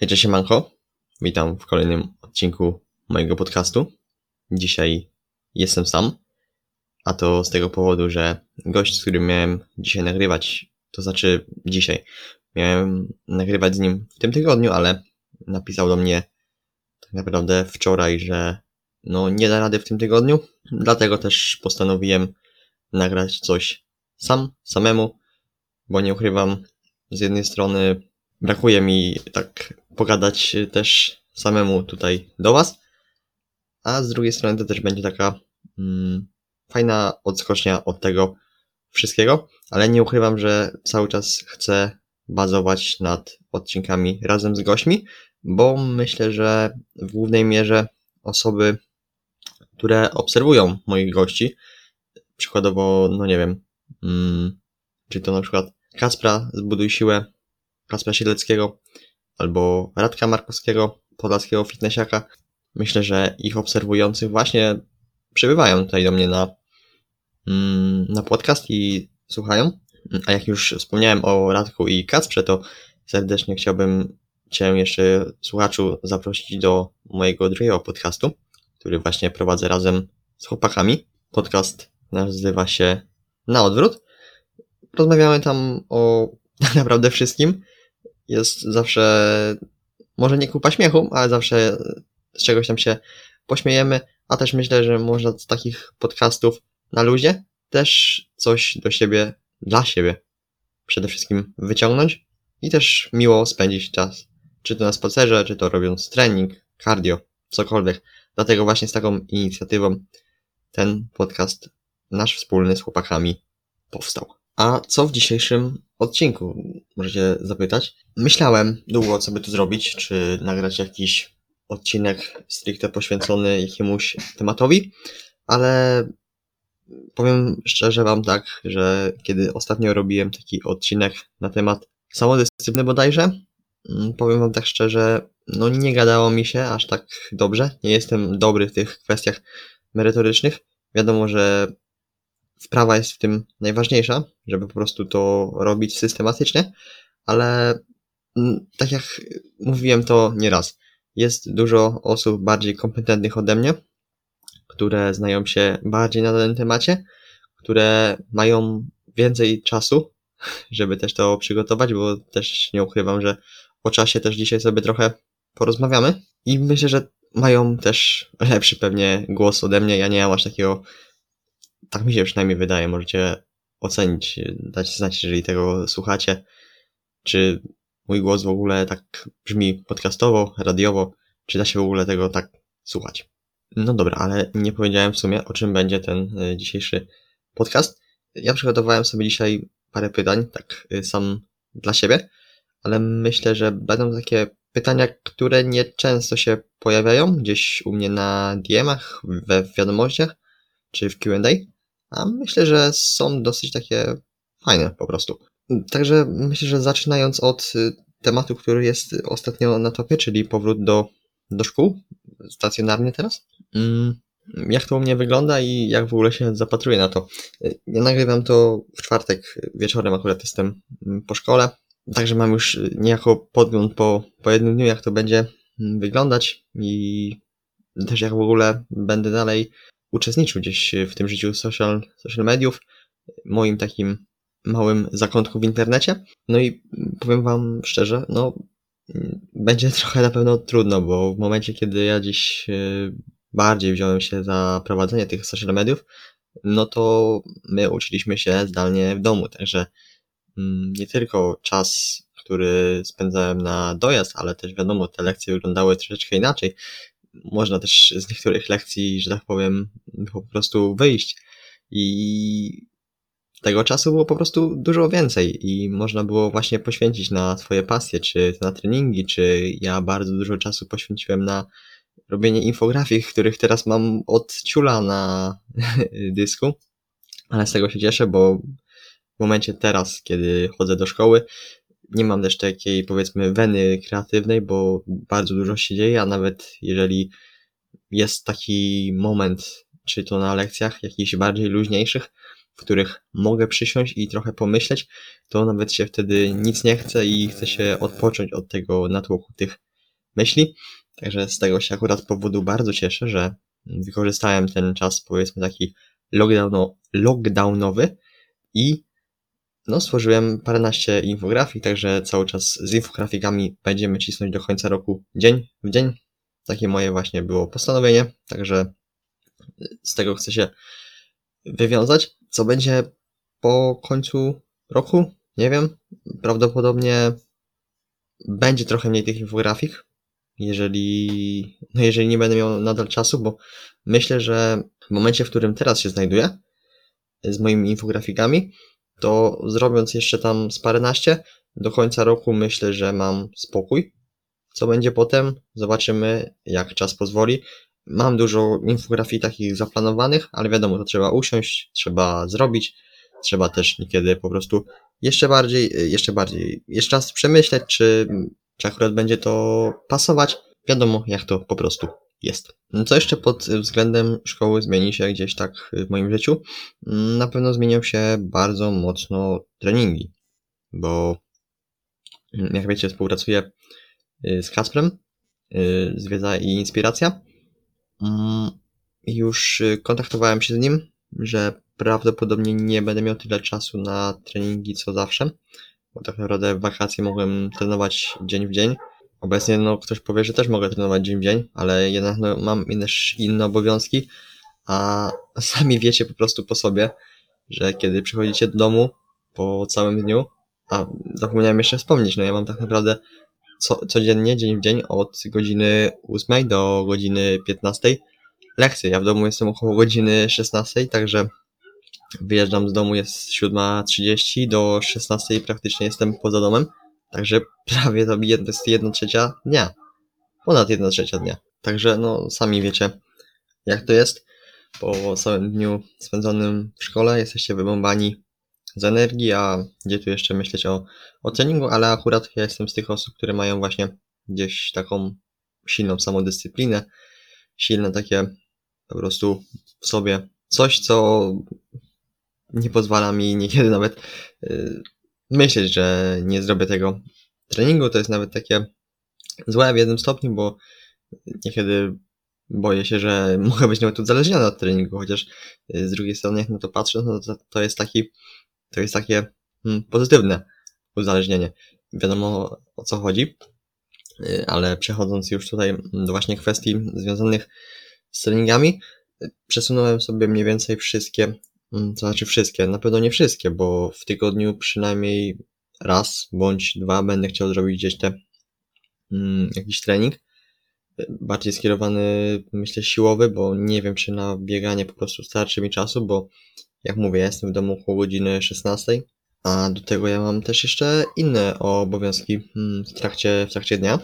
Hej, siemanko. Witam w kolejnym odcinku mojego podcastu. Dzisiaj jestem sam, a to z tego powodu, że gość, z którym miałem dzisiaj nagrywać, miałem nagrywać z nim w tym tygodniu, ale napisał do mnie tak naprawdę wczoraj, że nie da rady w tym tygodniu, dlatego też postanowiłem nagrać coś samemu, bo nie ukrywam, z jednej strony brakuje mi tak pogadać też samemu tutaj do was, a z drugiej strony to też będzie taka fajna odskocznia od tego wszystkiego, ale nie ukrywam, że cały czas chcę bazować nad odcinkami razem z gośćmi, bo myślę, że w głównej mierze osoby, które obserwują moich gości, przykładowo, czy to na przykład Kacpra Zbuduj Siłę, Kacpra Siedleckiego, albo Radka Markowskiego, podlaskiego fitnessiaka. Myślę, że ich obserwujących właśnie przybywają tutaj do mnie na podcast i słuchają. A jak już wspomniałem o Radku i Kacprze, to serdecznie chciałbym Cię jeszcze, słuchaczu, zaprosić do mojego drugiego podcastu, który właśnie prowadzę razem z chłopakami. Podcast nazywa się Na Odwrót. Rozmawiamy tam o tak naprawdę wszystkim. Jest zawsze, może nie kupa śmiechu, ale zawsze z czegoś tam się pośmiejemy, a też myślę, że można z takich podcastów na luzie też coś dla siebie przede wszystkim wyciągnąć i też miło spędzić czas, czy to na spacerze, czy to robiąc trening, cardio, cokolwiek. Dlatego właśnie z taką inicjatywą ten podcast nasz wspólny z chłopakami powstał. A co w dzisiejszym odcinku? Możecie zapytać. Myślałem długo, co by tu zrobić, czy nagrać jakiś odcinek stricte poświęcony jakiemuś tematowi, ale powiem szczerze wam tak, że kiedy ostatnio robiłem taki odcinek na temat samodyscypliny bodajże, powiem wam tak szczerze, nie gadało mi się aż tak dobrze. Nie jestem dobry w tych kwestiach merytorycznych. Wiadomo, że wprawa jest w tym najważniejsza, żeby po prostu to robić systematycznie, ale tak jak mówiłem to nieraz, jest dużo osób bardziej kompetentnych ode mnie, które znają się bardziej na danym temacie, które mają więcej czasu, żeby też to przygotować, bo też nie ukrywam, że o czasie też dzisiaj sobie trochę porozmawiamy i myślę, że mają też lepszy pewnie głos ode mnie. Ja nie mam aż takiego, tak mi się przynajmniej wydaje, możecie ocenić, dać znać, jeżeli tego słuchacie, czy mój głos w ogóle tak brzmi podcastowo, radiowo, czy da się w ogóle tego tak słuchać. No dobra, ale nie powiedziałem w sumie, o czym będzie ten dzisiejszy podcast. Ja przygotowałem sobie dzisiaj parę pytań, tak sam dla siebie, ale myślę, że będą takie pytania, które nie często się pojawiają gdzieś u mnie na DM-ach, we wiadomościach, czy w Q&A, a myślę, że są dosyć takie fajne po prostu. Także myślę, że zaczynając od tematu, który jest ostatnio na topie, czyli powrót do szkół, stacjonarnie teraz. Jak to u mnie wygląda i jak w ogóle się zapatruję na to. Ja nagrywam to w czwartek wieczorem, akurat jestem po szkole, także mam już niejako podgląd po jednym dniu, jak to będzie wyglądać i też jak w ogóle będę dalej uczestniczył gdzieś w tym życiu social mediów, moim takim małym zakątku w internecie. No i powiem wam szczerze, będzie trochę na pewno trudno, bo w momencie, kiedy ja dziś bardziej wziąłem się za prowadzenie tych social mediów, to my uczyliśmy się zdalnie w domu, także nie tylko czas, który spędzałem na dojazd, ale też wiadomo, te lekcje wyglądały troszeczkę inaczej. Można też z niektórych lekcji, że tak powiem, po prostu wyjść i tego czasu było po prostu dużo więcej i można było właśnie poświęcić na swoje pasje, czy na treningi, czy ja bardzo dużo czasu poświęciłem na robienie infografik, których teraz mam od ciula na dysku, ale z tego się cieszę, bo w momencie teraz, kiedy chodzę do szkoły, nie mam też takiej, powiedzmy, weny kreatywnej, bo bardzo dużo się dzieje, a nawet jeżeli jest taki moment, czy to na lekcjach jakichś bardziej luźniejszych, w których mogę przysiąść i trochę pomyśleć, to nawet się wtedy nic nie chce i chce się odpocząć od tego natłoku tych myśli. Także z tego się akurat powodu bardzo cieszę, że wykorzystałem ten czas, powiedzmy taki lockdownowy i no, stworzyłem paręnaście infografii, także cały czas z infografikami będziemy cisnąć do końca roku dzień w dzień. Takie moje właśnie było postanowienie, także z tego chcę się wywiązać. Co będzie po końcu roku? Nie wiem. Prawdopodobnie będzie trochę mniej tych infografik, jeżeli nie będę miał nadal czasu, bo myślę, że w momencie, w którym teraz się znajduję z moimi infografikami, to zrobiąc jeszcze tam z paręnaście, do końca roku myślę, że mam spokój. Co będzie potem? Zobaczymy, jak czas pozwoli. Mam dużo infografii takich zaplanowanych, ale wiadomo, to trzeba usiąść, trzeba zrobić, trzeba też niekiedy po prostu jeszcze raz przemyśleć, czy akurat będzie to pasować. Wiadomo, jak to po prostu jest. Co jeszcze pod względem szkoły zmieni się gdzieś tak w moim życiu? Na pewno zmienią się bardzo mocno treningi, bo jak wiecie, współpracuję z Kacprem, z Wiedza i Inspiracja. Już kontaktowałem się z nim, że prawdopodobnie nie będę miał tyle czasu na treningi co zawsze, bo tak naprawdę w wakacje mogłem trenować dzień w dzień. Obecnie ktoś powie, że też mogę trenować dzień w dzień, ale jednak mam też inne obowiązki, a sami wiecie po prostu po sobie, że kiedy przychodzicie do domu po całym dniu, a zapomniałem jeszcze wspomnieć, ja mam tak naprawdę codziennie, dzień w dzień od godziny 8 do godziny 15 lekcje. Ja w domu jestem około godziny 16, także wyjeżdżam z domu, jest 7:30, do 16 praktycznie jestem poza domem, także prawie to jest 1/3 dnia. Ponad 1/3 dnia. Także sami wiecie, jak to jest. Po całym dniu spędzonym w szkole jesteście wybąbani z energii, a gdzie tu jeszcze myśleć o treningu, ale akurat ja jestem z tych osób, które mają właśnie gdzieś taką silną samodyscyplinę, silne takie po prostu w sobie coś, co nie pozwala mi niekiedy nawet myśleć, że nie zrobię tego treningu. To jest nawet takie złe w jednym stopniu, bo niekiedy boję się, że mogę być nawet uzależniony od treningu, chociaż z drugiej strony jak na to patrzę, to jest takie pozytywne uzależnienie. Wiadomo, o co chodzi, ale przechodząc już tutaj do właśnie kwestii związanych z treningami, przesunąłem sobie mniej więcej wszystkie, na pewno nie wszystkie, bo w tygodniu przynajmniej raz bądź dwa będę chciał zrobić gdzieś jakiś trening, bardziej skierowany, myślę, siłowy, bo nie wiem, czy na bieganie po prostu starczy mi czasu, bo jak mówię, ja jestem w domu około godziny 16, a do tego ja mam też jeszcze inne obowiązki w trakcie dnia.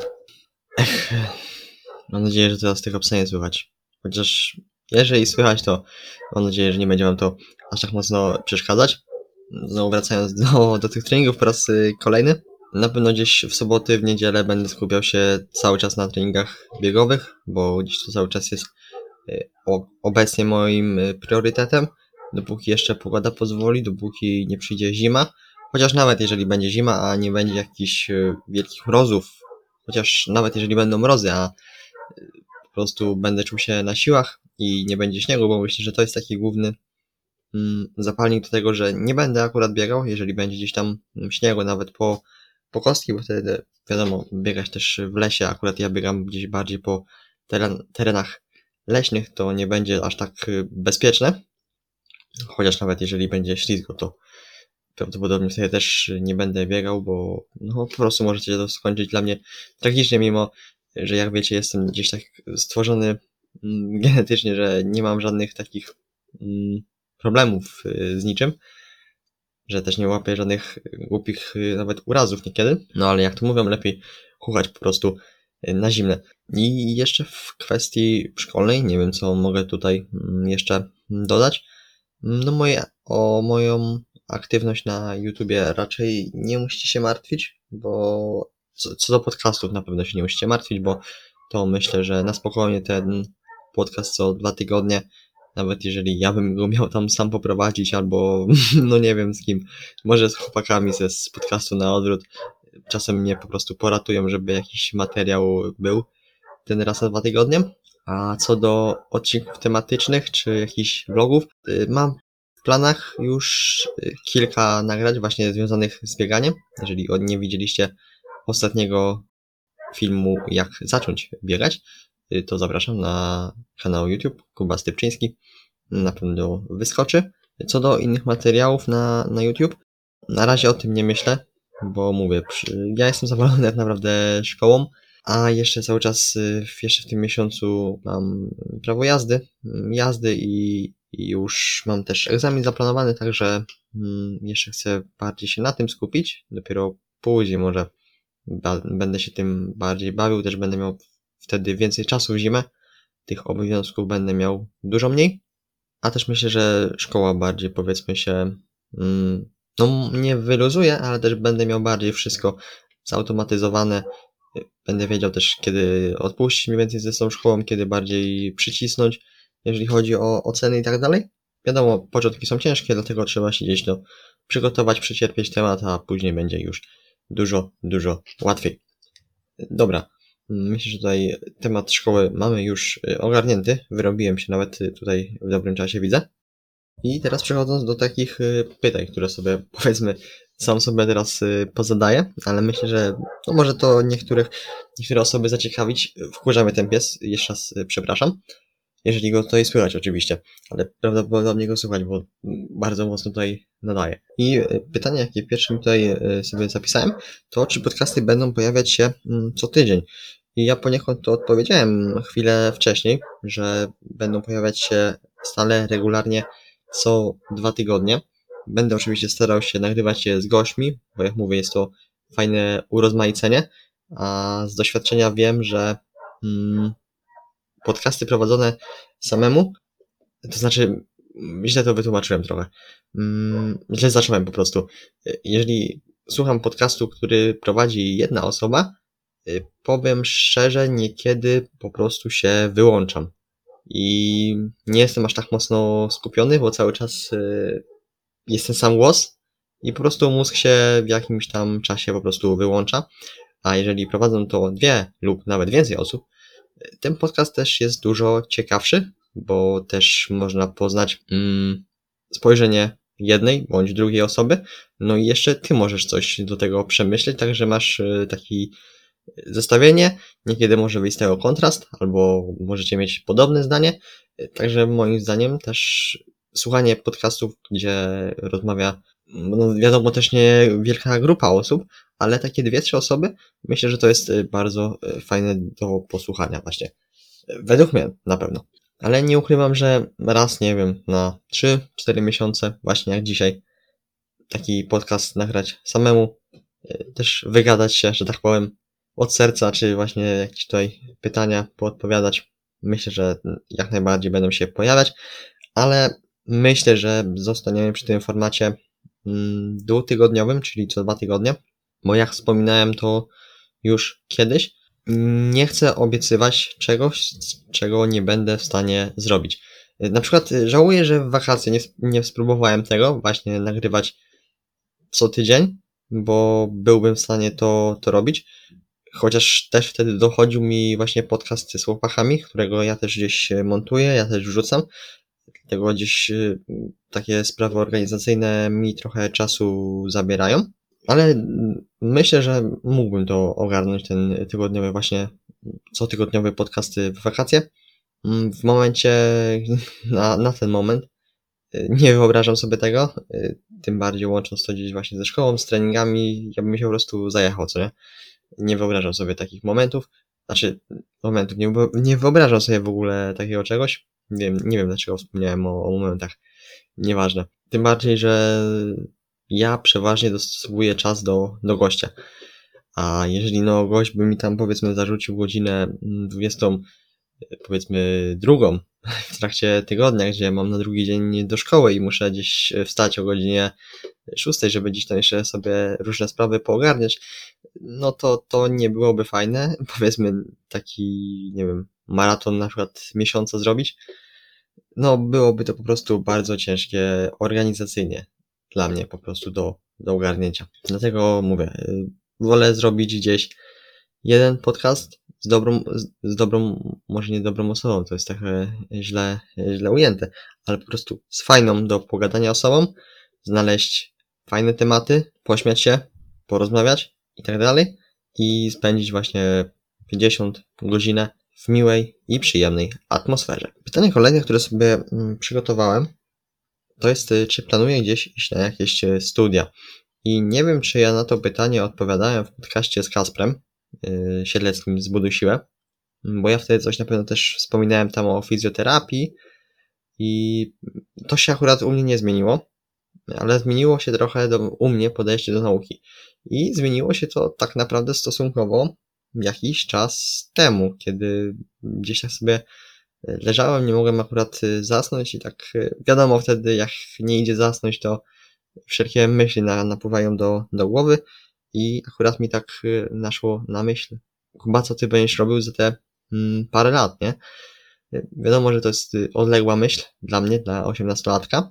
Mam nadzieję, że teraz tych psa nie słychać. Chociaż jeżeli słychać, to mam nadzieję, że nie będzie wam to aż tak mocno przeszkadzać. Znowu wracając do tych treningów po raz kolejny. Na pewno gdzieś w soboty, w niedzielę będę skupiał się cały czas na treningach biegowych, bo gdzieś to cały czas jest obecnie moim priorytetem. Dopóki jeszcze pogoda pozwoli, dopóki nie przyjdzie zima. Chociaż nawet jeżeli będzie zima, a nie będzie jakichś wielkich mrozów, chociaż nawet jeżeli będą mrozy, a po prostu będę czuł się na siłach i nie będzie śniegu, bo myślę, że to jest taki główny zapalnik do tego, że nie będę akurat biegał, jeżeli będzie gdzieś tam śniegu, nawet po kostki, bo wtedy wiadomo, biegać też w lesie, akurat ja biegam gdzieś bardziej po terenach leśnych, to nie będzie aż tak bezpieczne, chociaż nawet jeżeli będzie ślizgo, to prawdopodobnie wtedy też nie będę biegał, bo po prostu może się to skończyć dla mnie tragicznie, mimo że jak wiecie, jestem gdzieś tak stworzony genetycznie, że nie mam żadnych takich problemów z niczym, że też nie łapię żadnych głupich nawet urazów niekiedy, ale jak to mówią, lepiej chuchać po prostu na zimne. I jeszcze w kwestii szkolnej, nie wiem co mogę tutaj jeszcze dodać, o moją aktywność na YouTubie raczej nie musicie się martwić, bo co do podcastów na pewno się nie musicie martwić, bo to myślę, że na spokojnie ten podcast co 2 tygodnie, nawet jeżeli ja bym go miał tam sam poprowadzić, albo nie wiem z kim, może z chłopakami z podcastu Na Odwrót, czasem mnie po prostu poratują, żeby jakiś materiał był ten raz na 2 tygodnie. A co do odcinków tematycznych czy jakichś vlogów, mam w planach już kilka nagrać właśnie związanych z bieganiem. Jeżeli nie widzieliście ostatniego filmu jak zacząć biegać, to zapraszam na kanał YouTube Kuba Stypczyński. Na pewno wyskoczy. Co do innych materiałów na YouTube, na razie o tym nie myślę, bo mówię, ja jestem zawalony tak naprawdę szkołą, a jeszcze cały czas, jeszcze w tym miesiącu mam prawo jazdy i już mam też egzamin zaplanowany, także jeszcze chcę bardziej się na tym skupić, dopiero później może będę się tym bardziej bawił, też będę miał wtedy więcej czasu w zimę, tych obowiązków będę miał dużo mniej, a też myślę, że szkoła bardziej powiedzmy się, no nie wyluzuje, ale też będę miał bardziej wszystko zautomatyzowane, będę wiedział też kiedy odpuścić mniej więcej ze tą szkołą, kiedy bardziej przycisnąć, jeżeli chodzi o oceny i tak dalej. Wiadomo, początki są ciężkie, dlatego trzeba się gdzieś przygotować, przecierpieć temat, a później będzie już dużo łatwiej. Dobra, myślę, że tutaj temat szkoły mamy już ogarnięty. Wyrobiłem się nawet tutaj w dobrym czasie, widzę. I teraz przechodząc do takich pytań, które sobie powiedzmy sam sobie teraz pozadaję, ale myślę, że no może to niektóre osoby zaciekawić. Wkurza mnie ten pies, jeszcze raz przepraszam. Jeżeli go tutaj słychać oczywiście, ale prawdopodobnie go słychać, bo bardzo mocno tutaj nadaje. I pytanie, jakie pierwszym tutaj sobie zapisałem, to czy podcasty będą pojawiać się co tydzień? I ja poniekąd to odpowiedziałem chwilę wcześniej, że będą pojawiać się stale, regularnie co 2 tygodnie. Będę oczywiście starał się nagrywać je z gośćmi, bo jak mówię, jest to fajne urozmaicenie, a z doświadczenia wiem, że podcasty prowadzone samemu, to znaczy źle to wytłumaczyłem trochę. Źle zacząłem po prostu. Jeżeli słucham podcastu, który prowadzi jedna osoba, powiem szczerze, niekiedy po prostu się wyłączam. I nie jestem aż tak mocno skupiony, bo cały czas jest ten sam głos i po prostu mózg się w jakimś tam czasie po prostu wyłącza. A jeżeli prowadzą to 2 lub nawet więcej osób, ten podcast też jest dużo ciekawszy, bo też można poznać spojrzenie jednej bądź drugiej osoby, no i jeszcze ty możesz coś do tego przemyśleć, także masz taki zestawienie, niekiedy może wyjść z tego kontrast, albo możecie mieć podobne zdanie, także moim zdaniem też słuchanie podcastów, gdzie rozmawia, no wiadomo też nie wielka grupa osób, ale takie 2-3 osoby, myślę, że to jest bardzo fajne do posłuchania właśnie. Według mnie na pewno. Ale nie ukrywam, że raz, nie wiem, na 3-4 miesiące, właśnie jak dzisiaj, taki podcast nagrać samemu, też wygadać się, że tak powiem, od serca, czy właśnie jakieś tutaj pytania poodpowiadać. Myślę, że jak najbardziej będą się pojawiać, ale myślę, że zostaniemy przy tym formacie 2-tygodniowym, czyli co 2 tygodnie, bo jak wspominałem to już kiedyś, nie chcę obiecywać czegoś, czego nie będę w stanie zrobić. Na przykład żałuję, że w wakacje nie spróbowałem tego właśnie nagrywać co tydzień, bo byłbym w stanie to robić. Chociaż też wtedy dochodził mi właśnie podcast z chłopakami, którego ja też gdzieś montuję, ja też wrzucam. Dlatego gdzieś takie sprawy organizacyjne mi trochę czasu zabierają. Ale myślę, że mógłbym to ogarnąć, ten tygodniowy właśnie, cotygodniowy podcasty w wakacje. W momencie, na ten moment nie wyobrażam sobie tego, tym bardziej łącząc to gdzieś właśnie ze szkołą, z treningami, ja bym się po prostu zajechał, co nie? Nie wyobrażam sobie takich momentów, nie wyobrażam sobie w ogóle takiego czegoś. Nie wiem dlaczego wspomniałem o momentach, nieważne. Tym bardziej, że ja przeważnie dostosowuję czas do gościa. A jeżeli gość by mi tam powiedzmy zarzucił godzinę 20, powiedzmy drugą w trakcie tygodnia, gdzie mam na drugi dzień do szkoły i muszę gdzieś wstać o godzinie 6, żeby gdzieś tam jeszcze sobie różne sprawy poogarniać, no to nie byłoby fajne. Powiedzmy taki, nie wiem, maraton na przykład miesiąca zrobić. No byłoby to po prostu bardzo ciężkie organizacyjnie dla mnie po prostu do ogarnięcia. Dlatego mówię, wolę zrobić gdzieś jeden podcast z dobrą, może nie dobrą osobą, to jest trochę źle ujęte, ale po prostu z fajną do pogadania osobą, znaleźć fajne tematy, pośmiać się, porozmawiać i tak dalej i spędzić właśnie 50 godzinę w miłej i przyjemnej atmosferze. Pytanie kolejne, które sobie przygotowałem, to jest, czy planuję gdzieś iść na jakieś studia. I nie wiem, czy ja na to pytanie odpowiadałem w podcaście z Kasprem Siedleckim Zbuduj Siłę, bo ja wtedy coś na pewno też wspominałem tam o fizjoterapii i to się akurat u mnie nie zmieniło, ale zmieniło się trochę u mnie podejście do nauki. I zmieniło się to tak naprawdę stosunkowo jakiś czas temu, kiedy gdzieś tak sobie leżałem, nie mogłem akurat zasnąć i tak wiadomo wtedy jak nie idzie zasnąć, to wszelkie myśli napływają do głowy i akurat mi tak naszło na myśl, Kuba, co ty będziesz robił za te parę lat, nie? Wiadomo, że to jest odległa myśl dla mnie, dla 18-latka,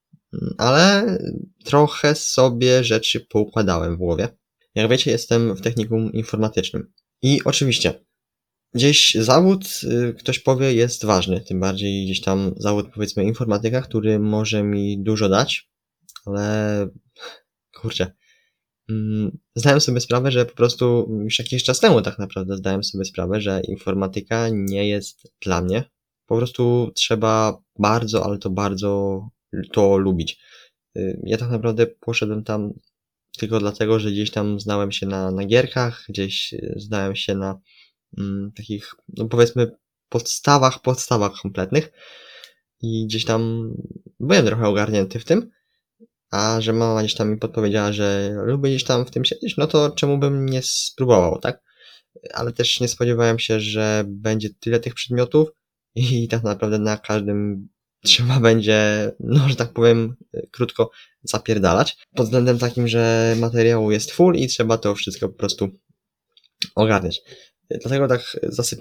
ale trochę sobie rzeczy poukładałem w głowie. Jak wiecie, jestem w technikum informatycznym. I oczywiście, gdzieś zawód, ktoś powie, jest ważny, tym bardziej gdzieś tam zawód, powiedzmy, informatyka, który może mi dużo dać, ale kurczę, zdałem sobie sprawę, że po prostu już jakiś czas temu tak naprawdę zdałem sobie sprawę, że informatyka nie jest dla mnie. Po prostu trzeba bardzo, ale to bardzo to lubić. Ja tak naprawdę poszedłem tam tylko dlatego, że gdzieś tam znałem się na gierkach, gdzieś znałem się na takich, no powiedzmy, podstawach kompletnych i gdzieś tam byłem trochę ogarnięty w tym, a że mama gdzieś tam mi podpowiedziała, że lubię gdzieś tam w tym siedzieć, no to czemu bym nie spróbował, tak? Ale też nie spodziewałem się, że będzie tyle tych przedmiotów i tak naprawdę na każdym trzeba będzie, no że tak powiem krótko, zapierdalać. Pod względem takim, że materiału jest full i trzeba to wszystko po prostu ogarniać. Dlatego tak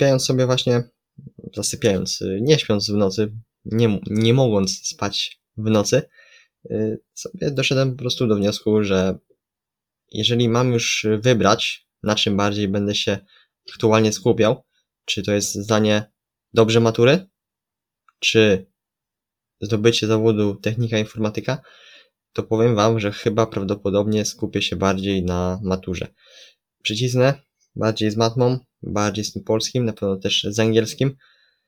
nie śpiąc w nocy, nie mogąc spać w nocy, sobie doszedłem po prostu do wniosku, że jeżeli mam już wybrać, na czym bardziej będę się aktualnie skupiał, czy to jest zdanie dobrze matury, czy zdobycie zawodu technika informatyka, to powiem wam, że chyba prawdopodobnie skupię się bardziej na maturze. Przycisnę bardziej z matmą, bardziej z tym polskim, na pewno też z angielskim.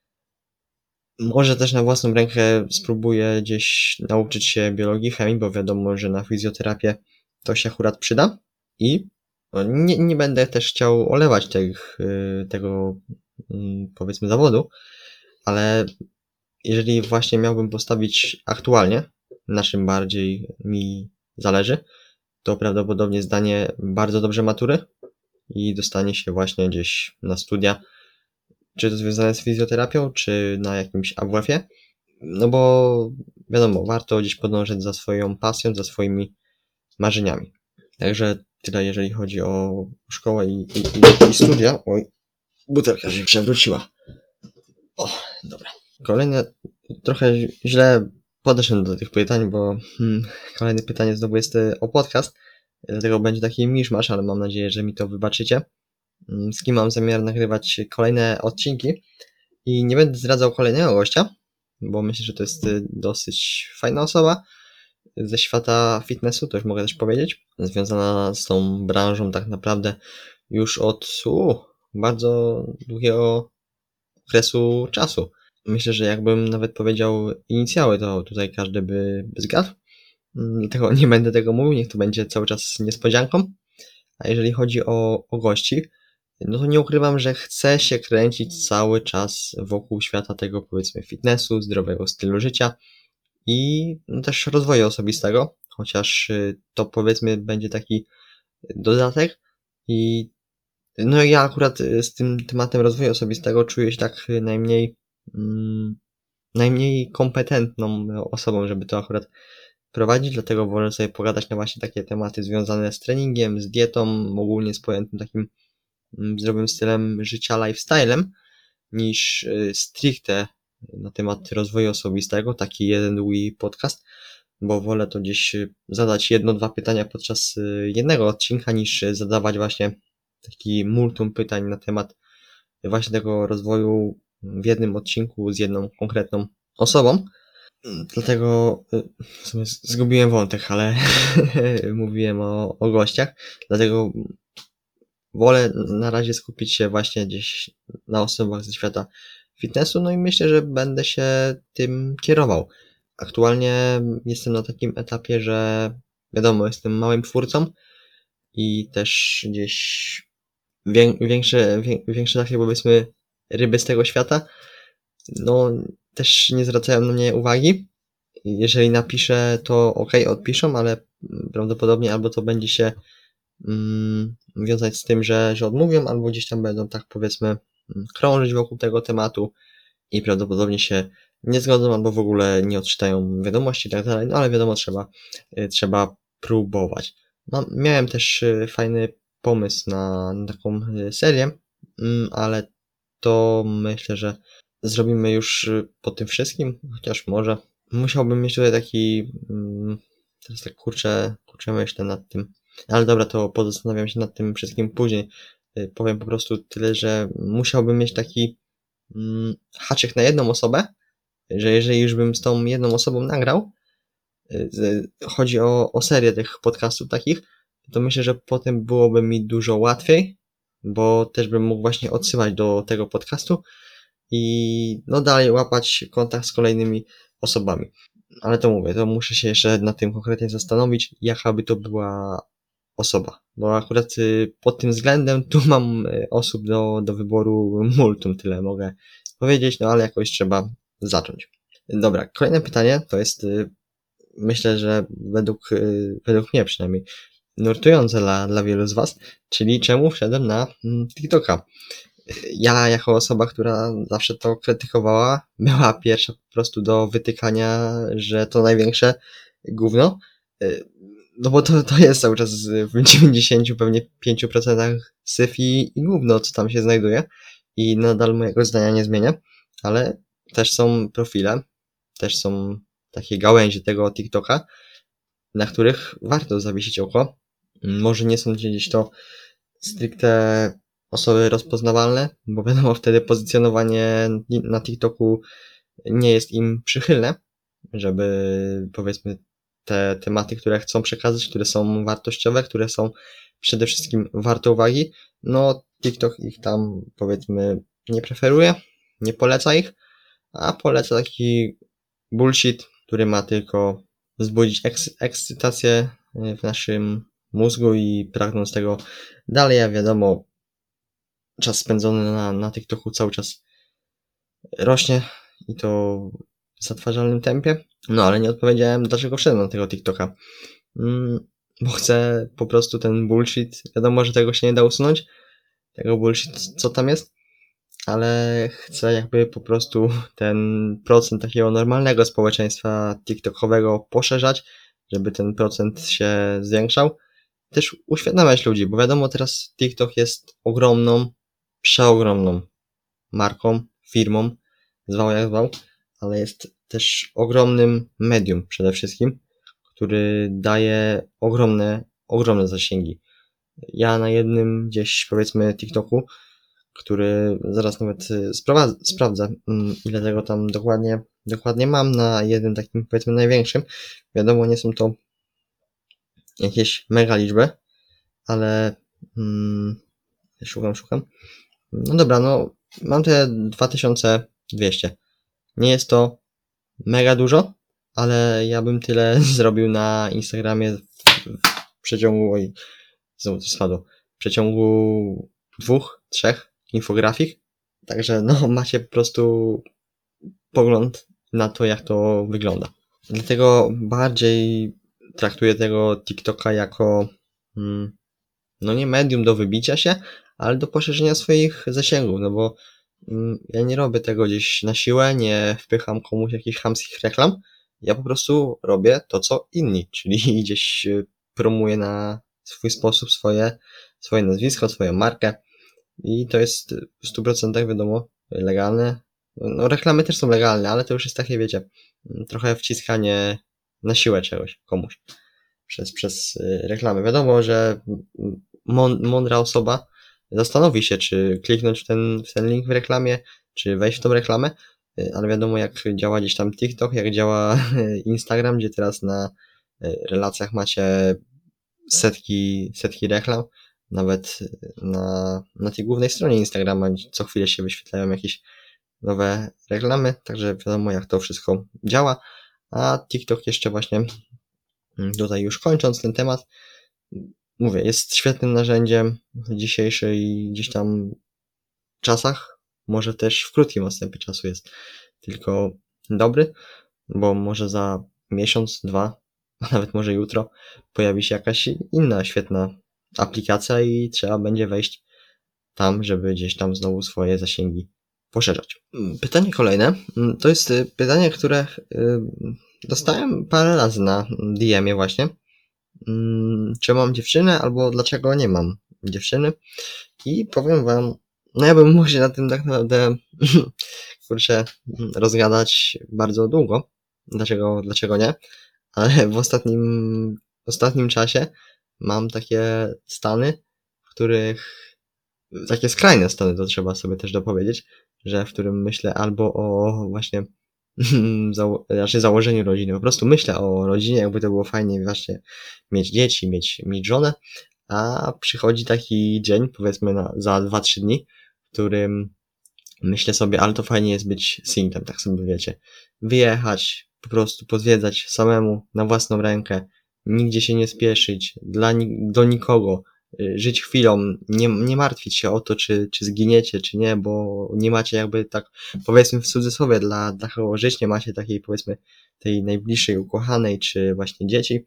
Może też na własną rękę spróbuję gdzieś nauczyć się biologii, chemii, bo wiadomo, że na fizjoterapię to się akurat przyda. I nie będę też chciał olewać tego powiedzmy zawodu, ale jeżeli właśnie miałbym postawić aktualnie, na czym bardziej mi zależy, to prawdopodobnie zdanie bardzo dobrze matury i dostanie się właśnie gdzieś na studia, czy to związane z fizjoterapią, czy na jakimś AWF-ie, no bo wiadomo, warto gdzieś podążać za swoją pasją, za swoimi marzeniami. Także tyle, jeżeli chodzi o szkołę i studia. Oj, butelka się przewróciła. O, dobra. Kolejne, trochę źle podeszłem do tych pytań, bo kolejne pytanie znowu jest o podcast, dlatego będzie taki miszmasz, ale mam nadzieję, że mi to wybaczycie. Z kim mam zamiar nagrywać kolejne odcinki i nie będę zdradzał kolejnego gościa, bo myślę, że to jest dosyć fajna osoba ze świata fitnessu, to już mogę też powiedzieć, związana z tą branżą tak naprawdę już od bardzo długiego okresu czasu. Myślę, że jakbym nawet powiedział inicjały, to tutaj każdy by zgadł. Dlatego nie będę tego mówił, niech to będzie cały czas niespodzianką. A jeżeli chodzi o gości, no to nie ukrywam, że chcę się kręcić cały czas wokół świata tego, powiedzmy, fitnessu, zdrowego stylu życia i też rozwoju osobistego, chociaż to, powiedzmy, będzie taki dodatek i no ja akurat z tym tematem rozwoju osobistego czuję się tak najmniej kompetentną osobą, żeby to akurat prowadzić, dlatego wolę sobie pogadać na właśnie takie tematy związane z treningiem, z dietą, ogólnie z pojętym takim zdrowym stylem życia, lifestylem, niż stricte na temat rozwoju osobistego, taki jeden długi podcast, bo wolę to gdzieś zadać jedno, dwa pytania podczas jednego odcinka, niż zadawać właśnie taki multum pytań na temat właśnie tego rozwoju w jednym odcinku z jedną konkretną osobą. Dlatego w sumie zgubiłem wątek, ale mówiłem o gościach, dlatego wolę na razie skupić się właśnie gdzieś na osobach ze świata fitnessu, no i myślę, że będę się tym kierował. Aktualnie jestem na takim etapie, że wiadomo, jestem małym twórcą i też gdzieś większe takie, powiedzmy, ryby z tego świata, no też nie zwracają na mnie uwagi. Jeżeli napiszę, to odpiszą, ale prawdopodobnie albo to będzie się wiązać z tym, że odmówią, albo gdzieś tam będą, tak powiedzmy, krążyć wokół tego tematu i prawdopodobnie się nie zgodzą, albo w ogóle nie odczytają wiadomości i tak dalej, no ale wiadomo, trzeba próbować. No, miałem też fajny pomysł na taką serię, ale to myślę, że zrobimy już po tym wszystkim, chociaż może musiałbym mieć tutaj taki, teraz tak kurczę myślę nad tym, ale dobra, to pozastanawiam się nad tym wszystkim później. Powiem po prostu tyle, że musiałbym mieć taki haczyk na jedną osobę, że jeżeli już bym z tą jedną osobą nagrał, chodzi o serię tych podcastów takich, to myślę, że potem byłoby mi dużo łatwiej, bo też bym mógł właśnie odsyłać do tego podcastu i no dalej łapać kontakt z kolejnymi osobami. Ale to mówię, to muszę się jeszcze nad tym konkretnie zastanowić, jaka by to była osoba. Bo akurat pod tym względem tu mam osób do wyboru multum, tyle mogę powiedzieć, no ale jakoś trzeba zacząć. Dobra, kolejne pytanie to jest, myślę, że według mnie przynajmniej, nurtujące dla wielu z Was, czyli czemu wszedłem na TikToka. Ja jako osoba, która zawsze to krytykowała, była pierwsza po prostu do wytykania, że to największe gówno. No bo to jest cały czas w 90 pewnie 5% syf i gówno, co tam się znajduje. I nadal mojego zdania nie zmienia. Ale też są profile, też są takie gałęzie tego TikToka, na których warto zawiesić oko. Może nie są gdzieś to stricte osoby rozpoznawalne, bo wiadomo, wtedy pozycjonowanie na TikToku nie jest im przychylne, żeby powiedzmy te tematy, które chcą przekazać, które są wartościowe, które są przede wszystkim warte uwagi, no TikTok ich tam powiedzmy nie preferuje, nie poleca ich, a poleca taki bullshit, który ma tylko wzbudzić ekscytację w naszym mózgu i pragnąc tego dalej, a wiadomo, czas spędzony na TikToku cały czas rośnie i to w zatwarzalnym tempie. No ale nie odpowiedziałem, dlaczego wszedłem na tego TikToka. Bo chcę po prostu ten bullshit, wiadomo, że tego się nie da usunąć, tego bullshit, co tam jest, ale chcę jakby po prostu ten procent takiego normalnego społeczeństwa TikTokowego poszerzać, żeby ten procent się zwiększał. Też uświadamiać ludzi, bo wiadomo, teraz TikTok jest ogromną, przeogromną marką, firmą, zwał jak zwał, ale jest też ogromnym medium przede wszystkim, który daje ogromne zasięgi. Ja na jednym gdzieś powiedzmy TikToku, który zaraz nawet sprawdzę, ile tego tam dokładnie mam, na jednym takim powiedzmy największym. Wiadomo, nie są to jakieś mega liczby, ale szukam. No dobra, no mam te 2200. Nie jest to mega dużo, ale ja bym tyle zrobił na Instagramie w przeciągu, znowu coś spadło, w przeciągu 2-3 infografik. Także no macie po prostu pogląd na to, jak to wygląda. Dlatego bardziej traktuję tego TikToka jako no nie medium do wybicia się, ale do poszerzenia swoich zasięgów, no bo ja nie robię tego gdzieś na siłę, nie wpycham komuś jakichś chamskich reklam, ja po prostu robię to, co inni, czyli gdzieś promuję na swój sposób swoje nazwisko, swoją markę i to jest w 100% wiadomo legalne. No reklamy też są legalne, ale to już jest takie, wiecie, trochę wciskanie na siłę czegoś komuś przez reklamę. Wiadomo, że mądra osoba zastanowi się, czy kliknąć w ten link w reklamie, czy wejść w tą reklamę, ale wiadomo, jak działa gdzieś tam TikTok, jak działa Instagram, gdzie teraz na relacjach macie setki reklam, nawet na tej głównej stronie Instagrama co chwilę się wyświetlają jakieś nowe reklamy, także wiadomo, jak to wszystko działa. A TikTok jeszcze właśnie, tutaj już kończąc ten temat, mówię, jest świetnym narzędziem w dzisiejszej gdzieś tam czasach, może też w krótkim odstępie czasu jest tylko dobry, bo może za miesiąc, 2, a nawet może jutro pojawi się jakaś inna świetna aplikacja i trzeba będzie wejść tam, żeby gdzieś tam znowu swoje zasięgi poszerzać. Pytanie kolejne, to jest pytanie, które dostałem parę razy na DM-ie właśnie. Czy mam dziewczynę, albo dlaczego nie mam dziewczyny? I powiem wam, no ja bym mógł się na tym tak naprawdę kurczę, rozgadać bardzo długo. Dlaczego nie? Ale w ostatnim czasie mam takie stany, w których takie skrajne stany, to trzeba sobie też dopowiedzieć, że w którym myślę albo o właśnie raczej założeniu rodziny. Po prostu myślę o rodzinie, jakby to było fajnie właśnie mieć dzieci, mieć żonę, a przychodzi taki dzień, powiedzmy za 2-3 dni, w którym myślę sobie, ale to fajnie jest być singlem, tak sobie wiecie. Wyjechać, po prostu pozwiedzać samemu, na własną rękę, nigdzie się nie spieszyć, do nikogo, żyć chwilą, nie martwić się o to, czy zginiecie, czy nie, bo nie macie jakby tak, powiedzmy w cudzysłowie, dla kogo żyć, nie macie takiej, powiedzmy, tej najbliższej ukochanej, czy właśnie dzieci.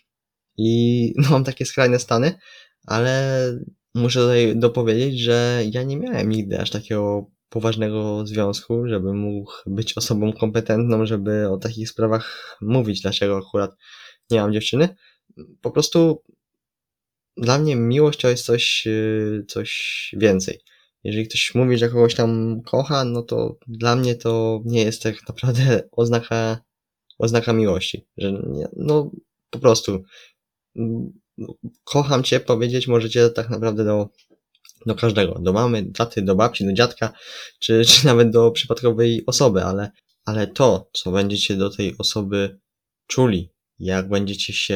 I no, mam takie skrajne stany, ale muszę tutaj dopowiedzieć, że ja nie miałem nigdy aż takiego poważnego związku, żebym mógł być osobą kompetentną, żeby o takich sprawach mówić, dlaczego akurat nie mam dziewczyny. Po prostu dla mnie miłość to jest coś więcej. Jeżeli ktoś mówi, że kogoś tam kocha, no to dla mnie to nie jest tak naprawdę oznaka miłości. Że nie, no po prostu kocham cię powiedzieć możecie tak naprawdę do każdego. Do mamy, taty, do babci, do dziadka, czy nawet do przypadkowej osoby, ale to, co będziecie do tej osoby czuli, jak będziecie się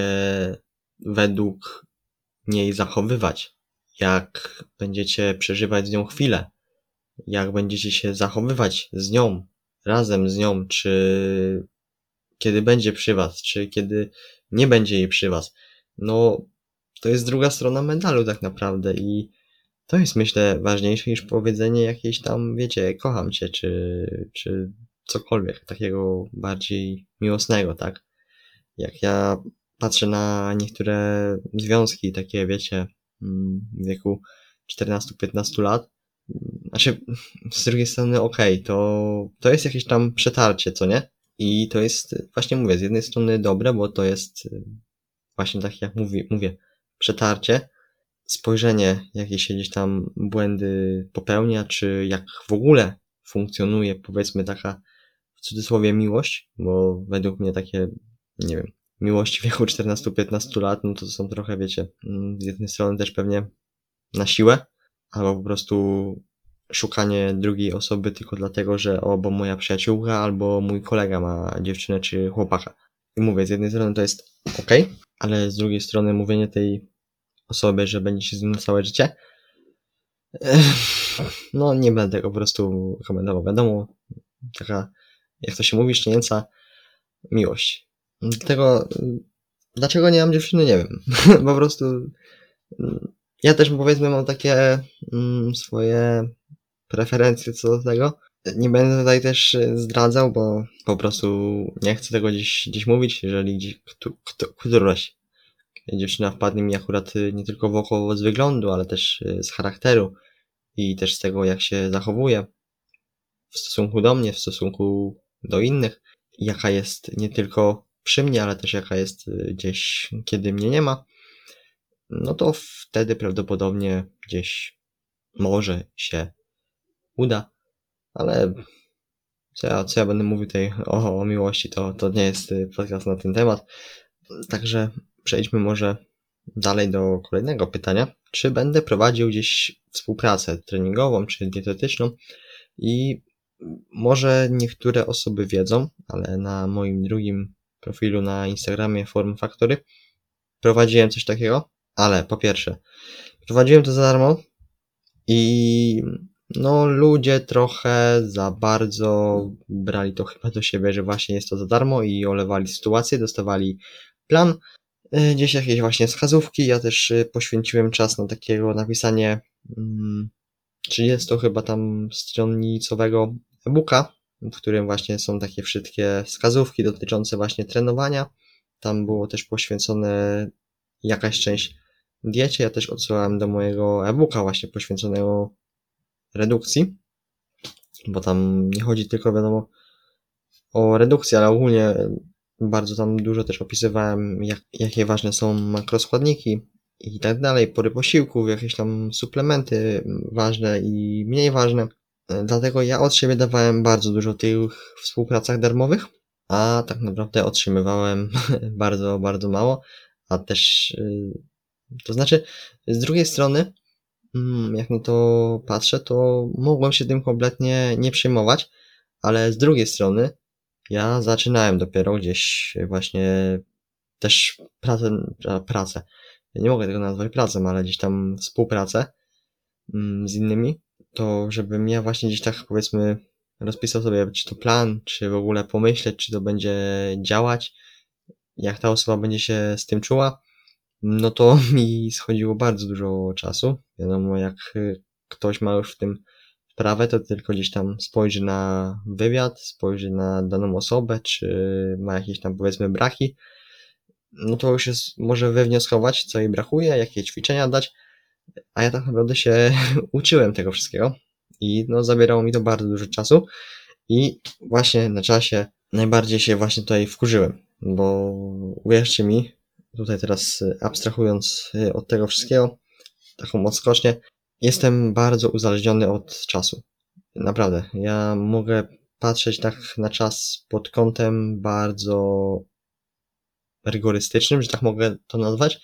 według niej zachowywać, jak będziecie przeżywać z nią chwilę, jak będziecie się zachowywać z nią, razem z nią, czy kiedy będzie przy was, czy kiedy nie będzie jej przy was. No, to jest druga strona medalu tak naprawdę i to jest, myślę, ważniejsze niż powiedzenie jakiejś tam, wiecie, kocham cię, czy cokolwiek takiego bardziej miłosnego, tak? Jak ja patrzę na niektóre związki takie, wiecie, w wieku 14-15 lat, znaczy, z drugiej strony okej, to jest jakieś tam przetarcie, co nie? I to jest, właśnie mówię, z jednej strony dobre, bo to jest właśnie tak jak mówię, przetarcie, spojrzenie, jakie się gdzieś tam błędy popełnia, czy jak w ogóle funkcjonuje, powiedzmy, taka w cudzysłowie miłość, bo według mnie takie, nie wiem, miłości w wieku 14-15 lat, no to są trochę, wiecie, z jednej strony też pewnie na siłę, albo po prostu szukanie drugiej osoby tylko dlatego, że bo moja przyjaciółka albo mój kolega ma dziewczynę czy chłopaka. I mówię, z jednej strony to jest okej, ale z drugiej strony mówienie tej osoby, że będzie się z nim na całe życie, no nie będę tego po prostu komentował. Wiadomo, taka, jak to się mówi, szczenięca miłość. Dlaczego nie mam dziewczyny, nie wiem. Po prostu ja też, powiedzmy, mam takie swoje preferencje co do tego. Nie będę tutaj też zdradzał, bo po prostu nie chcę tego gdzieś mówić, jeżeli gdzieś któraś dziewczyna wpadnie mi akurat nie tylko w oko z wyglądu, ale też z charakteru i też z tego, jak się zachowuje w stosunku do mnie, w stosunku do innych, jaka jest nie tylko przy mnie, ale też jaka jest gdzieś, kiedy mnie nie ma, no to wtedy prawdopodobnie gdzieś może się uda, ale Co ja będę mówił tutaj o miłości, to nie jest podcast na ten temat. Także przejdźmy może dalej do kolejnego pytania. Czy będę prowadził gdzieś współpracę treningową czy dietetyczną? I może niektóre osoby wiedzą, ale na moim drugim profilu na Instagramie Form Factory prowadziłem coś takiego, ale po pierwsze, prowadziłem to za darmo i ludzie trochę za bardzo brali to chyba do siebie, że właśnie jest to za darmo i olewali sytuację, dostawali plan, gdzieś jakieś właśnie wskazówki. Ja też poświęciłem czas na takiego napisanie 30 chyba tam stronnicowego e-booka, w którym właśnie są takie wszystkie wskazówki dotyczące właśnie trenowania. Tam było też poświęcone jakaś część diecie. Ja też odsyłałem do mojego e-booka właśnie poświęconego redukcji, bo tam nie chodzi tylko wiadomo o redukcję, ale ogólnie bardzo tam dużo też opisywałem, jakie ważne są makroskładniki i tak dalej, pory posiłków, jakieś tam suplementy ważne i mniej ważne. Dlatego ja od siebie dawałem bardzo dużo tych współpracach darmowych, a tak naprawdę otrzymywałem bardzo, bardzo mało, a też to znaczy z drugiej strony jak na to patrzę, to mogłem się tym kompletnie nie przejmować, ale z drugiej strony ja zaczynałem dopiero gdzieś właśnie też pracę. Ja nie mogę tego nazwać pracą, ale gdzieś tam współpracę z innymi, to żebym ja właśnie gdzieś tak powiedzmy rozpisał sobie, czy to plan, czy w ogóle pomyśleć, czy to będzie działać, jak ta osoba będzie się z tym czuła, no to mi schodziło bardzo dużo czasu. Wiadomo, jak ktoś ma już w tym wprawę, to tylko gdzieś tam spojrzy na wywiad, spojrzy na daną osobę, czy ma jakieś tam powiedzmy braki, no to już może wywnioskować, co jej brakuje, jakie ćwiczenia dać, a ja tak naprawdę się uczyłem tego wszystkiego i zabierało mi to bardzo dużo czasu i właśnie na czasie najbardziej się właśnie tutaj wkurzyłem, bo uwierzcie mi, tutaj teraz abstrahując od tego wszystkiego, taką odskocznię, jestem bardzo uzależniony od czasu. Naprawdę, ja mogę patrzeć tak na czas pod kątem bardzo rygorystycznym, że tak mogę to nazwać.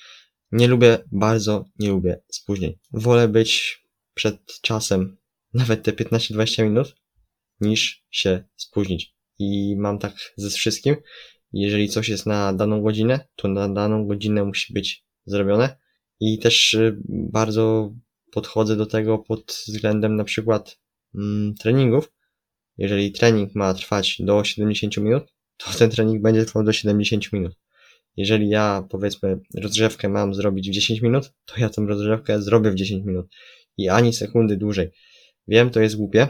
Bardzo nie lubię spóźnień. Wolę być przed czasem nawet te 15-20 minut, niż się spóźnić. I mam tak ze wszystkim. Jeżeli coś jest na daną godzinę, to na daną godzinę musi być zrobione. I też bardzo podchodzę do tego pod względem na przykład treningów. Jeżeli trening ma trwać do 70 minut, to ten trening będzie trwał do 70 minut. Jeżeli ja, powiedzmy, rozgrzewkę mam zrobić w 10 minut, to ja tę rozgrzewkę zrobię w 10 minut. I ani sekundy dłużej. Wiem, to jest głupie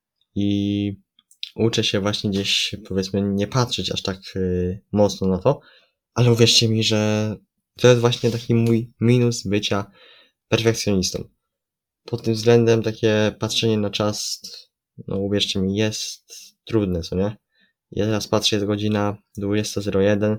i uczę się właśnie gdzieś, powiedzmy, nie patrzeć aż tak mocno na to, ale uwierzcie mi, że to jest właśnie taki mój minus bycia perfekcjonistą. Pod tym względem takie patrzenie na czas, uwierzcie mi, jest trudne, co nie? Ja teraz patrzę, jest godzina 20:01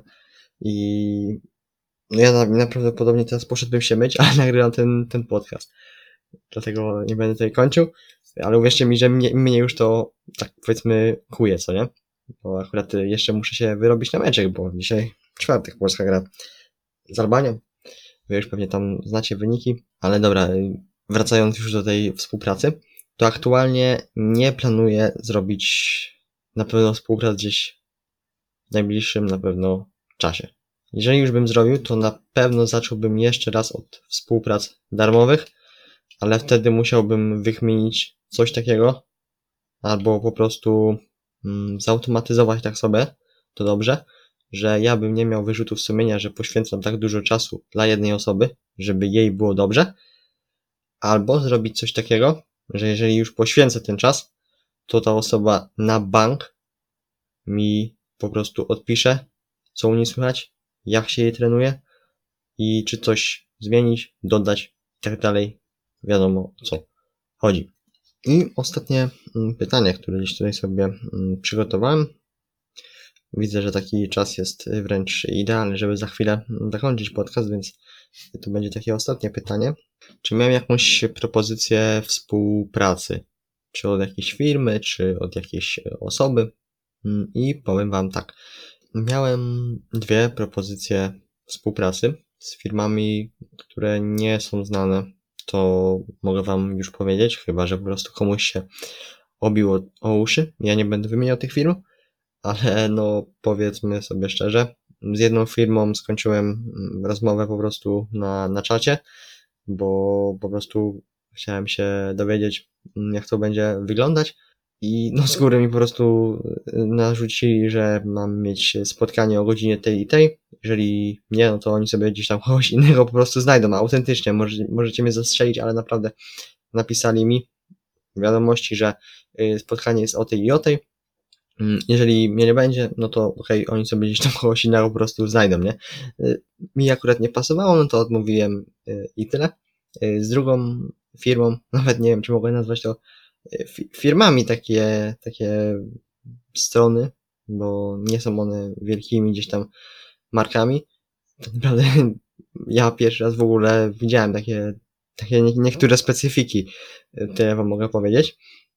i ja naprawdę teraz poszedłbym się myć, ale nagrywam ten podcast. Dlatego nie będę tutaj kończył, ale uwierzcie mi, że mnie już to, tak powiedzmy, kuje, co nie? Bo akurat jeszcze muszę się wyrobić na meczek, bo dzisiaj czwartek Polska gra z Albanią. Wy już pewnie tam znacie wyniki, ale dobra, wracając już do tej współpracy, to aktualnie nie planuję zrobić na pewno współpracy gdzieś w najbliższym na pewno czasie. Jeżeli już bym zrobił, to na pewno zacząłbym jeszcze raz od współprac darmowych, ale wtedy musiałbym wykminić coś takiego, albo po prostu zautomatyzować tak sobie, to dobrze, że ja bym nie miał wyrzutów sumienia, że poświęcam tak dużo czasu dla jednej osoby, żeby jej było dobrze, albo zrobić coś takiego, że jeżeli już poświęcę ten czas, to ta osoba na bank mi po prostu odpisze, co u niej słychać, jak się jej trenuje i czy coś zmienić, dodać i tak dalej. Wiadomo, o co chodzi. I ostatnie pytanie, które gdzieś tutaj sobie przygotowałem. Widzę, że taki czas jest wręcz idealny, żeby za chwilę zakończyć podcast, więc to będzie takie ostatnie pytanie. Czy miałem jakąś propozycję współpracy czy od jakiejś firmy, czy od jakiejś osoby. I powiem wam tak, miałem 2 propozycje współpracy z firmami, które nie są znane. To mogę wam już powiedzieć, chyba że po prostu komuś się obiło o uszy. Ja nie będę wymieniał tych firm, ale no powiedzmy sobie szczerze, z jedną firmą skończyłem rozmowę po prostu na czacie, bo po prostu chciałem się dowiedzieć, jak to będzie wyglądać. I no z góry mi po prostu narzucili, że mam mieć spotkanie o godzinie tej i tej. Jeżeli nie, no to oni sobie gdzieś tam kogoś innego po prostu znajdą. Autentycznie, możecie mnie zastrzelić, ale naprawdę napisali mi w wiadomości, że spotkanie jest o tej i o tej. Jeżeli mnie nie będzie, no to okej, oni sobie gdzieś tam kogoś innego po prostu znajdą, nie? Mi akurat nie pasowało, no to odmówiłem i tyle. Z drugą firmą, nawet nie wiem, czy mogę nazwać to firmami takie strony, bo nie są one wielkimi gdzieś tam markami. Tak naprawdę ja pierwszy raz w ogóle widziałem takie niektóre specyfiki, tyle wam mogę powiedzieć.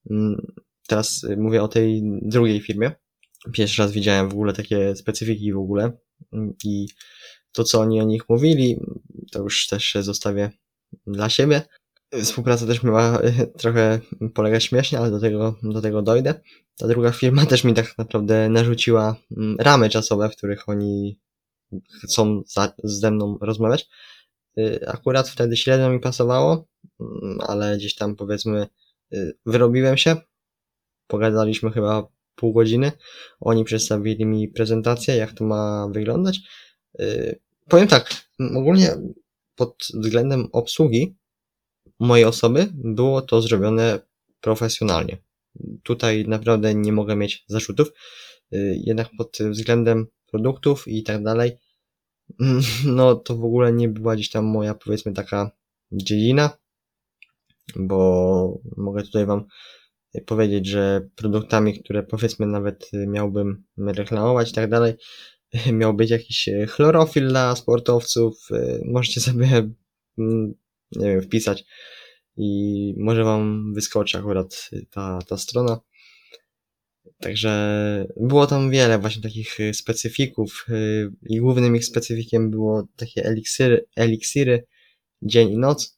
Teraz mówię o tej drugiej firmie. Pierwszy raz widziałem w ogóle takie specyfiki w ogóle i to, co oni o nich mówili, to już też zostawię dla siebie. Współpraca też miała trochę polegać śmiesznie, ale do tego dojdę. Ta druga firma też mi tak naprawdę narzuciła ramy czasowe, w których oni chcą ze mną rozmawiać. Akurat wtedy średnio mi pasowało, ale gdzieś tam powiedzmy wyrobiłem się. Pogadaliśmy chyba pół godziny. Oni przedstawili mi prezentację, jak to ma wyglądać. Powiem tak, ogólnie pod względem obsługi mojej osoby było to zrobione profesjonalnie. Tutaj naprawdę nie mogę mieć zarzutów. Jednak pod względem produktów i tak dalej, no to w ogóle nie była gdzieś tam moja, powiedzmy, taka dziedzina, bo mogę tutaj wam powiedzieć, że produktami, które powiedzmy nawet miałbym reklamować i tak dalej, miał być jakiś chlorofil dla sportowców. Możecie sobie, nie wiem, wpisać i może wam wyskoczy akurat ta strona. Także było tam wiele właśnie takich specyfików i głównym ich specyfikiem było takie eliksiry dzień i noc.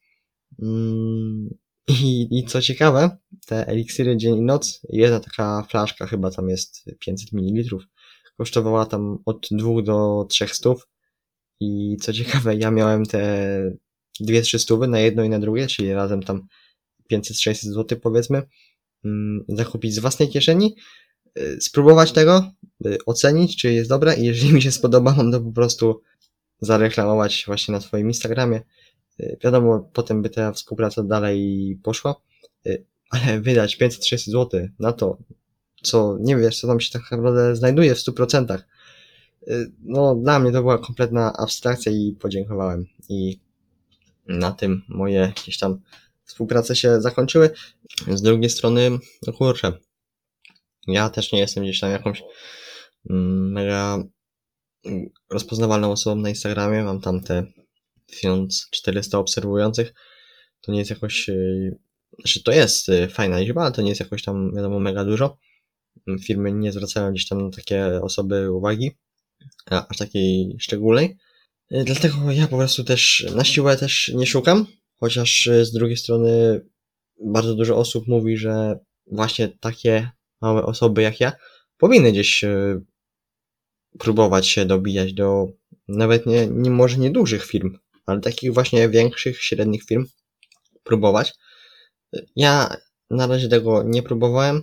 I co ciekawe, te eliksiry dzień i noc, jedna taka flaszka, chyba tam jest 500 ml, kosztowała tam od 2 do 300. I co ciekawe, ja miałem te 2-3 stówy na jedno i na drugie, czyli razem tam 500-600 zł powiedzmy, zakupić z własnej kieszeni, spróbować tego, ocenić, czy jest dobre i jeżeli mi się spodoba, mam to po prostu zareklamować właśnie na swoim Instagramie. Wiadomo, potem by ta współpraca dalej poszła, ale wydać 500-600 zł na to, co nie wiesz, co tam się tak naprawdę znajduje w 100%. No, dla mnie to była kompletna abstrakcja i podziękowałem. I na tym moje jakieś tam współprace się zakończyły. Z drugiej strony, no kurczę, ja też nie jestem gdzieś tam jakąś mega rozpoznawalną osobą na Instagramie. Mam tam te 1400 obserwujących. To nie jest jakoś, znaczy to jest fajna liczba, ale to nie jest jakoś tam, wiadomo, mega dużo. Firmy nie zwracają gdzieś tam na takie osoby uwagi, aż takiej szczególnej. Dlatego ja po prostu też na siłę też nie szukam, chociaż z drugiej strony bardzo dużo osób mówi, że właśnie takie małe osoby jak ja powinny gdzieś próbować się dobijać do nawet nie może nie dużych firm, ale takich właśnie większych, średnich firm próbować. Ja na razie tego nie próbowałem.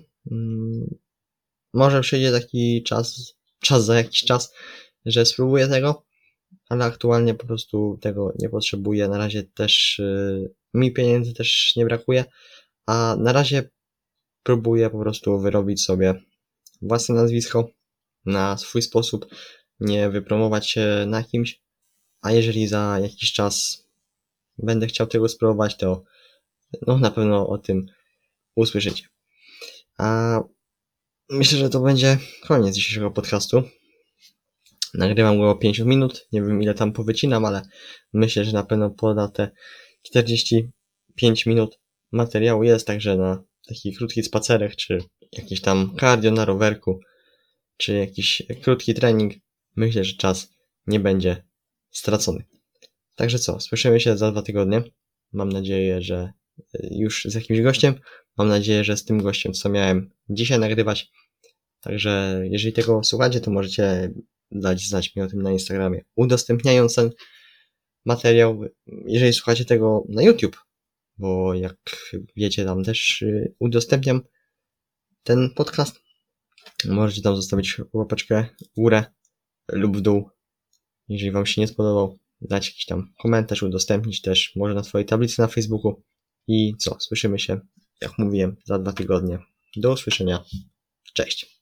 Może przyjdzie taki czas za jakiś czas, że spróbuję tego, ale aktualnie po prostu tego nie potrzebuję. Na razie też mi pieniędzy też nie brakuje, a na razie próbuję po prostu wyrobić sobie własne nazwisko na swój sposób, nie wypromować się na kimś, a jeżeli za jakiś czas będę chciał tego spróbować, to no na pewno o tym usłyszycie. A myślę, że to będzie koniec dzisiejszego podcastu. Nagrywam go o 50 minut, nie wiem ile tam powycinam, ale myślę, że na pewno poda te 45 minut materiału jest, także na taki krótki spacerek, czy jakiś tam cardio na rowerku, czy jakiś krótki trening, myślę, że czas nie będzie stracony. Także co, słyszymy się za 2 tygodnie. Mam nadzieję, że już z jakimś gościem. Mam nadzieję, że z tym gościem, co miałem dzisiaj nagrywać. Także jeżeli tego słuchacie, to możecie dać znać mi o tym na Instagramie, udostępniając ten materiał. Jeżeli słuchacie tego na YouTube, bo jak wiecie, tam też udostępniam ten podcast, możecie tam zostawić łapeczkę w górę lub w dół. Jeżeli wam się nie spodobał, dać jakiś tam komentarz, udostępnić też może na twojej tablicy na Facebooku. I co, słyszymy się, jak mówiłem, za 2 tygodnie. Do usłyszenia. Cześć.